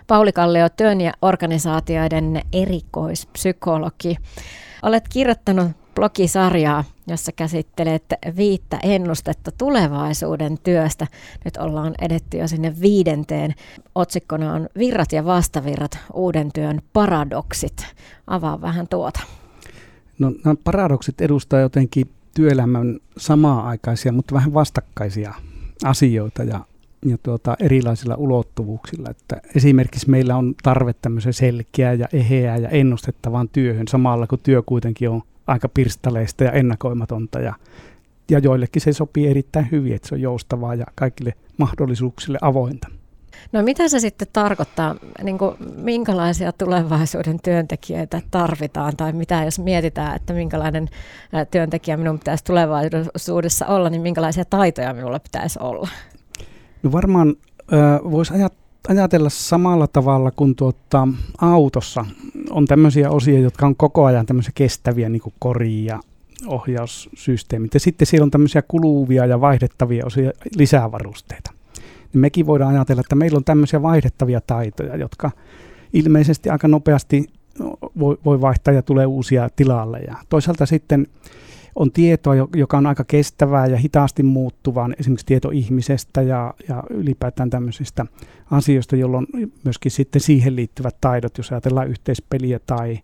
Pauli Kallio, työn ja organisaatioiden erikoispsykologi. Olet kirjoittanut blogisarjaa, jossa käsittelet 5 ennustetta tulevaisuuden työstä. Nyt ollaan edetty jo sinne 5. Otsikkona on Virrat ja vastavirrat, uuden työn paradoksit. Avaa vähän tuota. No, nämä paradoksit edustaa jotenkin työelämän samaa-aikaisia, mutta vähän vastakkaisia asioita ja erilaisilla ulottuvuuksilla. Että esimerkiksi meillä on tarve tämmöiseen selkeää ja eheää ja ennustettavaan työhön samalla, kun työ kuitenkin on aika pirstaleista ja ennakoimatonta ja joillekin se sopii erittäin hyvin, että se on joustavaa ja kaikille mahdollisuuksille avointa. No mitä se sitten tarkoittaa, niin kuin minkälaisia tulevaisuuden työntekijöitä tarvitaan tai mitä jos mietitään, että minkälainen työntekijä minun pitäisi tulevaisuudessa olla, niin minkälaisia taitoja minulla pitäisi olla? No varmaan voisi ajatella samalla tavalla kuin autossa on tämmöisiä osia, jotka on koko ajan tämmöisiä kestäviä, niin kuin kori ja ohjaussysteemit. Ja sitten siellä on tämmöisiä kuluvia ja vaihdettavia osia, lisävarusteita. Niin mekin voidaan ajatella, että meillä on tämmöisiä vaihdettavia taitoja, jotka ilmeisesti aika nopeasti voi vaihtaa ja tulee uusia tilalle. Ja toisaalta sitten on tietoa, joka on aika kestävää ja hitaasti muuttuvaa, esimerkiksi tieto ihmisestä ja ylipäätään tämmöisistä asioista, jolloin myöskin sitten siihen liittyvät taidot, jos ajatellaan yhteispeliä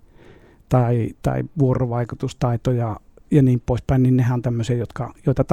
tai vuorovaikutustaitoja ja niin poispäin, niin nehän on tämmöisiä, joita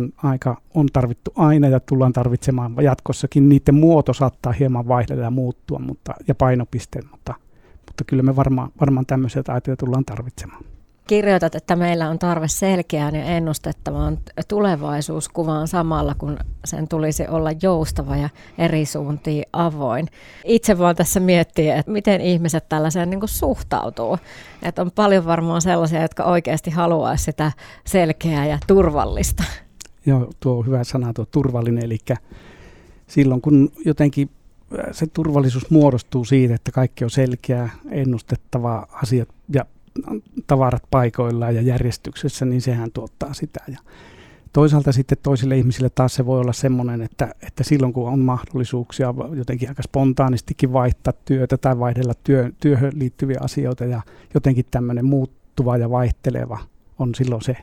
on tarvittu aina ja tullaan tarvitsemaan jatkossakin. Niiden muoto saattaa hieman vaihdella ja muuttua ja painopisteet, mutta kyllä me varmaan tämmöisiä taitoja tullaan tarvitsemaan. Kirjoitat, että meillä on tarve selkeään ja ennustettavaan tulevaisuuskuvaan samalla, kun sen tulisi olla joustava ja eri suuntiin avoin. Itse vaan tässä miettiä, että miten ihmiset tällaiseen niin kuin suhtautuu. Että on paljon varmaan sellaisia, jotka oikeasti haluaisi sitä selkeää ja turvallista. Joo, tuo on hyvä sana, tuo turvallinen. Eli silloin kun jotenkin se turvallisuus muodostuu siitä, että kaikki on selkeää, ennustettavaa asiat ja tavarat paikoillaan ja järjestyksessä, niin sehän tuottaa sitä. Ja toisaalta sitten toisille ihmisille taas se voi olla semmoinen, että silloin kun on mahdollisuuksia jotenkin aika spontaanistikin vaihtaa työtä tai vaihdella työhön liittyviä asioita ja jotenkin tämmöinen muuttuva ja vaihteleva on silloin se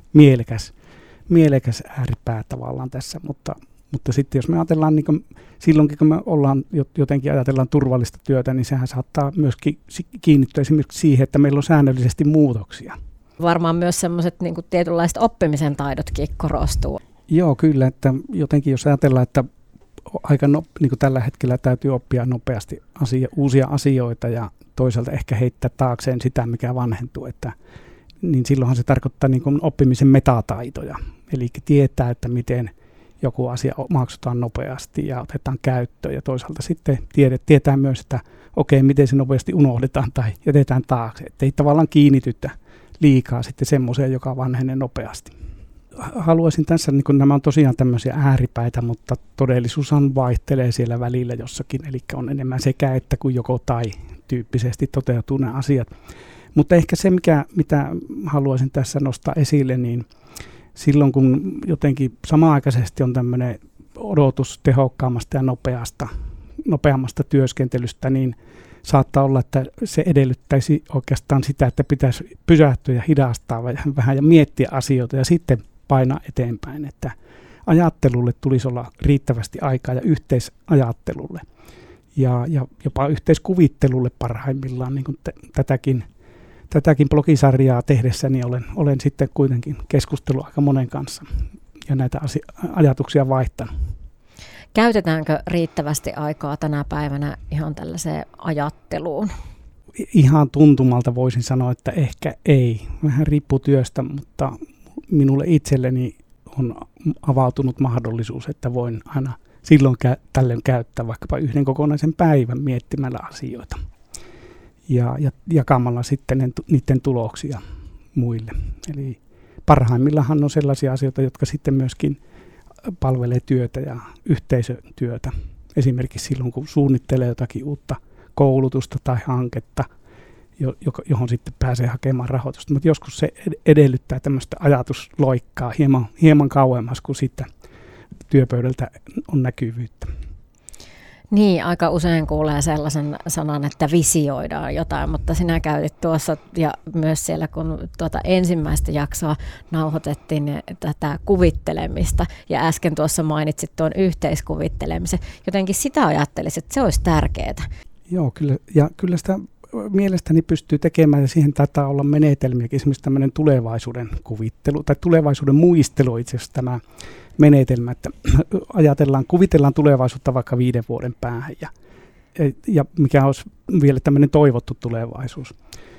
mielekäs ääripää tavallaan tässä, mutta sitten jos me ajatellaan, niin kuin silloinkin kun me jotenkin ajatellaan turvallista työtä, niin sehän saattaa myöskin kiinnittyä esimerkiksi siihen, että meillä on säännöllisesti muutoksia. Varmaan myös sellaiset niin kuin tietynlaiset oppimisen taidotkin korostuu. Joo, kyllä, että jotenkin jos ajatellaan, että niin kuin tällä hetkellä täytyy oppia nopeasti uusia asioita ja toisaalta ehkä heittää taakseen sitä, mikä vanhentuu, niin silloinhan se tarkoittaa niin kuin oppimisen metataitoja, eli tietää, että miten joku asia maksutaan nopeasti ja otetaan käyttöön ja toisaalta sitten tietää myös, että miten se nopeasti unohdetaan tai jätetään taakse, ettei tavallaan kiinnitytä liikaa sitten semmoiseen, joka vanhenee nopeasti. Haluaisin tässä, niin kun nämä on tosiaan tämmöisiä ääripäitä, mutta todellisuushan vaihtelee siellä välillä jossakin, eli on enemmän sekä että kuin joko tai tyyppisesti toteutuu nämä asiat. Mutta ehkä se, mitä haluaisin tässä nostaa esille, niin silloin kun jotenkin samaaikaisesti on tämmöinen odotus tehokkaammasta ja nopeammasta työskentelystä, niin saattaa olla, että se edellyttäisi oikeastaan sitä, että pitäisi pysähtyä ja hidastaa vähän ja miettiä asioita ja sitten painaa eteenpäin, että ajattelulle tulisi olla riittävästi aikaa ja yhteisajattelulle ja jopa yhteiskuvittelulle parhaimmillaan, niin kuin tätäkin blogisarjaa tehdessäni olen sitten kuitenkin keskustellut aika monen kanssa ja näitä ajatuksia vaihtanut. Käytetäänkö riittävästi aikaa tänä päivänä ihan tällaiseen ajatteluun? Ihan tuntumalta voisin sanoa, että ehkä ei. Vähän riippuu työstä, mutta minulle itselleni on avautunut mahdollisuus, että voin aina silloin tällöin käyttää vaikkapa yhden kokonaisen päivän miettimällä asioita ja jakamalla sitten niiden tuloksia muille. Eli parhaimmillaan on sellaisia asioita, jotka sitten myöskin palvelee työtä ja yhteisötyötä. Esimerkiksi silloin, kun suunnittelee jotakin uutta koulutusta tai hanketta, johon sitten pääsee hakemaan rahoitusta. Mutta joskus se edellyttää tämmöistä ajatusloikkaa hieman kauemmas, kun sitten työpöydältä on näkyvyyttä. Niin, aika usein kuulee sellaisen sanan, että visioidaan jotain, mutta sinä käytit tuossa ja myös siellä, kun ensimmäistä jaksoa nauhoitettiin tätä kuvittelemista ja äsken tuossa mainitsit tuon yhteiskuvittelemisen. Jotenkin sitä ajattelisin, että se olisi tärkeää. Joo, kyllä, ja kyllä sitä mielestäni pystyy tekemään ja siihen taitaa olla menetelmiä, esimerkiksi tämmöinen tulevaisuuden kuvittelu tai tulevaisuuden muistelu itse asiassa tämä menetelmä, että kuvitellaan tulevaisuutta vaikka 5 vuoden päähän ja mikä olisi vielä tämmöinen toivottu tulevaisuus.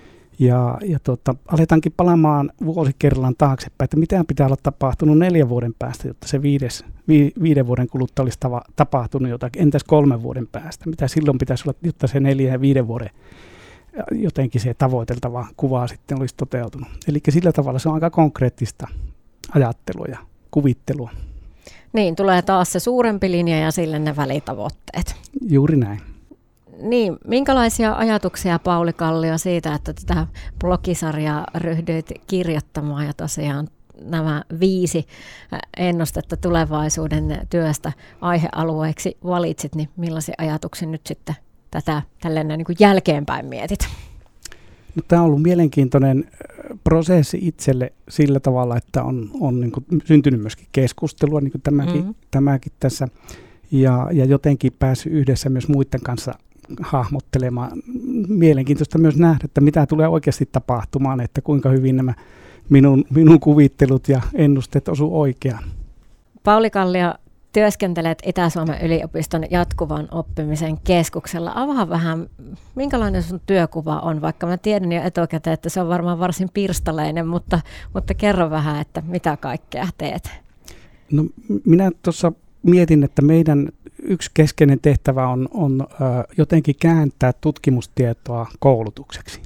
Ja aletaankin palaamaan vuosi kerrallaan taaksepäin, että mitä pitää olla tapahtunut 4 vuoden päästä, jotta se 5 vuoden kuluttua olisi tapahtunut jotakin. Entäs 3 vuoden päästä? Mitä silloin pitäisi olla, jotta se 4 ja 5 vuoden jotenkin se tavoiteltava kuva sitten olisi toteutunut. Eli sillä tavalla se on aika konkreettista ajattelua ja kuvittelua. Niin, tulee taas se suurempi linja ja sille ne välitavoitteet. Juuri näin. Niin, minkälaisia ajatuksia, Pauli Kallio, siitä, että tätä blogisarjaa ryhdyit kirjoittamaan ja tosiaan nämä 5 ennustetta tulevaisuuden työstä aihealueeksi valitsit, niin millaisia ajatuksia nyt sitten tätä tällainen niin kuin jälkeenpäin mietit? No, tämä on ollut mielenkiintoinen prosessi itselle sillä tavalla, että on niin kuin syntynyt myöskin keskustelua, niin kuin tämäkin tässä, ja jotenkin päässyt yhdessä myös muiden kanssa hahmottelemaan. Mielenkiintoista myös nähdä, että mitä tulee oikeasti tapahtumaan, että kuinka hyvin nämä minun kuvittelut ja ennusteet osuu oikeaan. Pauli Kallio, työskentelet Itä-Suomen yliopiston jatkuvan oppimisen keskuksella. Avaa vähän, minkälainen sun työkuva on, vaikka mä tiedän jo etukäteen, että se on varmaan varsin pirstaleinen, mutta kerro vähän, että mitä kaikkea teet. No, minä tuossa mietin, että meidän yksi keskeinen tehtävä on jotenkin kääntää tutkimustietoa koulutukseksi.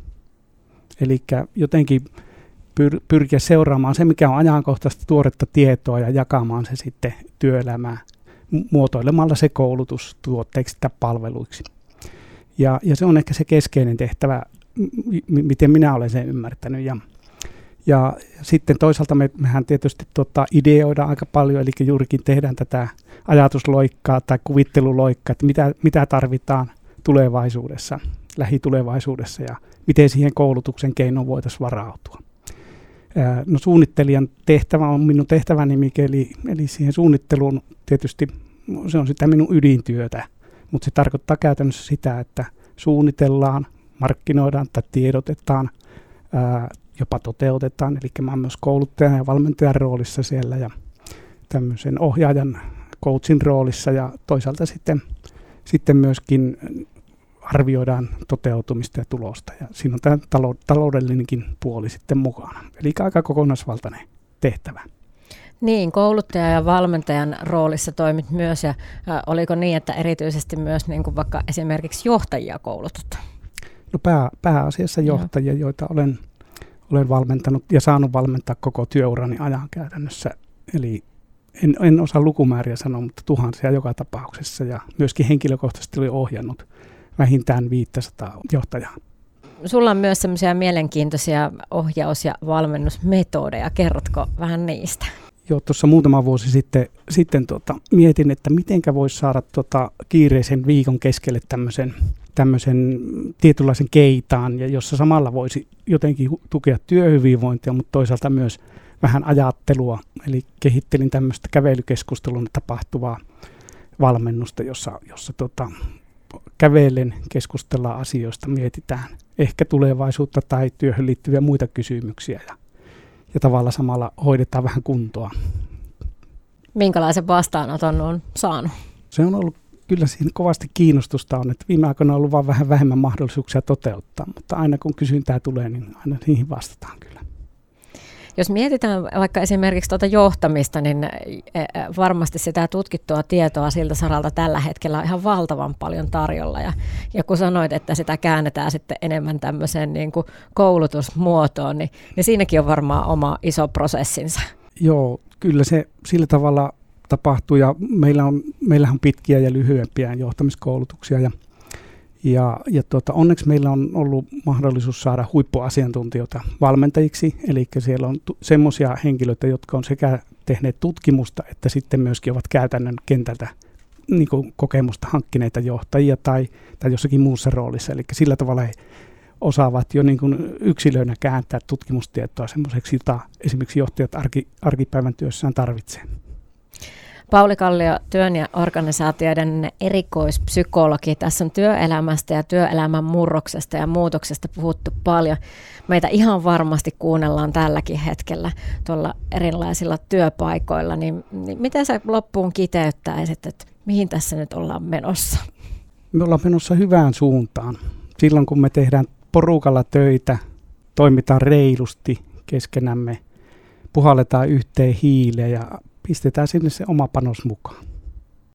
Eli jotenkin pyrkiä seuraamaan se, mikä on ajankohtaista tuoretta tietoa ja jakamaan se sitten työelämään muotoilemalla se koulutus tuotteiksi tai palveluiksi. Ja se on ehkä se keskeinen tehtävä, miten minä olen sen ymmärtänyt. Ja sitten toisaalta mehän tietysti ideoidaan aika paljon, eli juurikin tehdään tätä ajatusloikkaa tai kuvitteluloikkaa, että mitä tarvitaan tulevaisuudessa, lähitulevaisuudessa ja miten siihen koulutuksen keinoon voitaisiin varautua. No, suunnittelijan tehtävä on minun tehtävänimike, eli siihen suunnitteluun tietysti se on sitä minun ydintyötä, mutta se tarkoittaa käytännössä sitä, että suunnitellaan, markkinoidaan tai tiedotetaan, jopa toteutetaan, eli mä olen myös kouluttajan ja valmentajan roolissa siellä ja tämmöisen ohjaajan coachin roolissa ja toisaalta sitten myöskin arvioidaan toteutumista ja tulosta ja siinä on tämä taloudellinenkin puoli sitten mukana, eli aika kokonaisvaltainen tehtävä. Niin, kouluttaja ja valmentajan roolissa toimit myös ja oliko niin, että erityisesti myös niin kuin vaikka esimerkiksi johtajia koulutat? No, pääasiassa johtajia, joita olen valmentanut ja saanut valmentaa koko työurani ajan käytännössä. Eli en osaa lukumääriä sanoa, mutta tuhansia joka tapauksessa ja myöskin henkilökohtaisesti olen ohjannut vähintään 500 johtajaa. Sulla on myös semmoisia mielenkiintoisia ohjaus- ja valmennusmetodeja. Kerrotko vähän niistä? Joo, tuossa muutama vuosi sitten mietin, että mitenkä voisi saada kiireisen viikon keskelle tämmöisen tietynlaisen keitaan, ja jossa samalla voisi jotenkin tukea työhyvinvointia, mutta toisaalta myös vähän ajattelua. Eli kehittelin tämmöistä kävelykeskustelun tapahtuvaa valmennusta, jossa kävellen keskustellaan asioista, mietitään ehkä tulevaisuutta tai työhön liittyviä muita kysymyksiä ja tavallaan samalla hoidetaan vähän kuntoa. Minkälaisen vastaanoton on saanut? Se on ollut kyllä siinä kovasti kiinnostusta on, että viime aikoina on ollut vaan vähän vähemmän mahdollisuuksia toteuttaa, mutta aina kun kysyntää tulee, niin aina niihin vastataan kyllä. Jos mietitään vaikka esimerkiksi johtamista, niin varmasti sitä tutkittua tietoa siltä saralta tällä hetkellä on ihan valtavan paljon tarjolla. Ja kun sanoit, että sitä käännetään sitten enemmän tämmöiseen niin kuin koulutusmuotoon, niin siinäkin on varmaan oma iso prosessinsa. Joo, kyllä se sillä tavalla tapahtuu ja meillähän on pitkiä ja lyhyempiä johtamiskoulutuksia ja onneksi meillä on ollut mahdollisuus saada huippuasiantuntijoita valmentajiksi, eli siellä on semmoisia henkilöitä, jotka on sekä tehneet tutkimusta, että sitten myöskin ovat käytännön kentältä niin kuin kokemusta hankkineita johtajia tai jossakin muussa roolissa. Eli sillä tavalla he osaavat jo niin kuin yksilöinä kääntää tutkimustietoa semmoiseksi, jota esimerkiksi johtajat arkipäivän työssään tarvitsee. Pauli Kallio, työn ja organisaatioiden erikoispsykologi. Tässä on työelämästä ja työelämän murroksesta ja muutoksesta puhuttu paljon. Meitä ihan varmasti kuunnellaan tälläkin hetkellä tuolla erilaisilla työpaikoilla. Niin miten sä loppuun kiteyttäisit, että mihin tässä nyt ollaan menossa? Me ollaan menossa hyvään suuntaan. Silloin kun me tehdään porukalla töitä, toimitaan reilusti keskenämme, puhalletaan yhteen hiileen ja pistetään sinne se oma panos mukaan.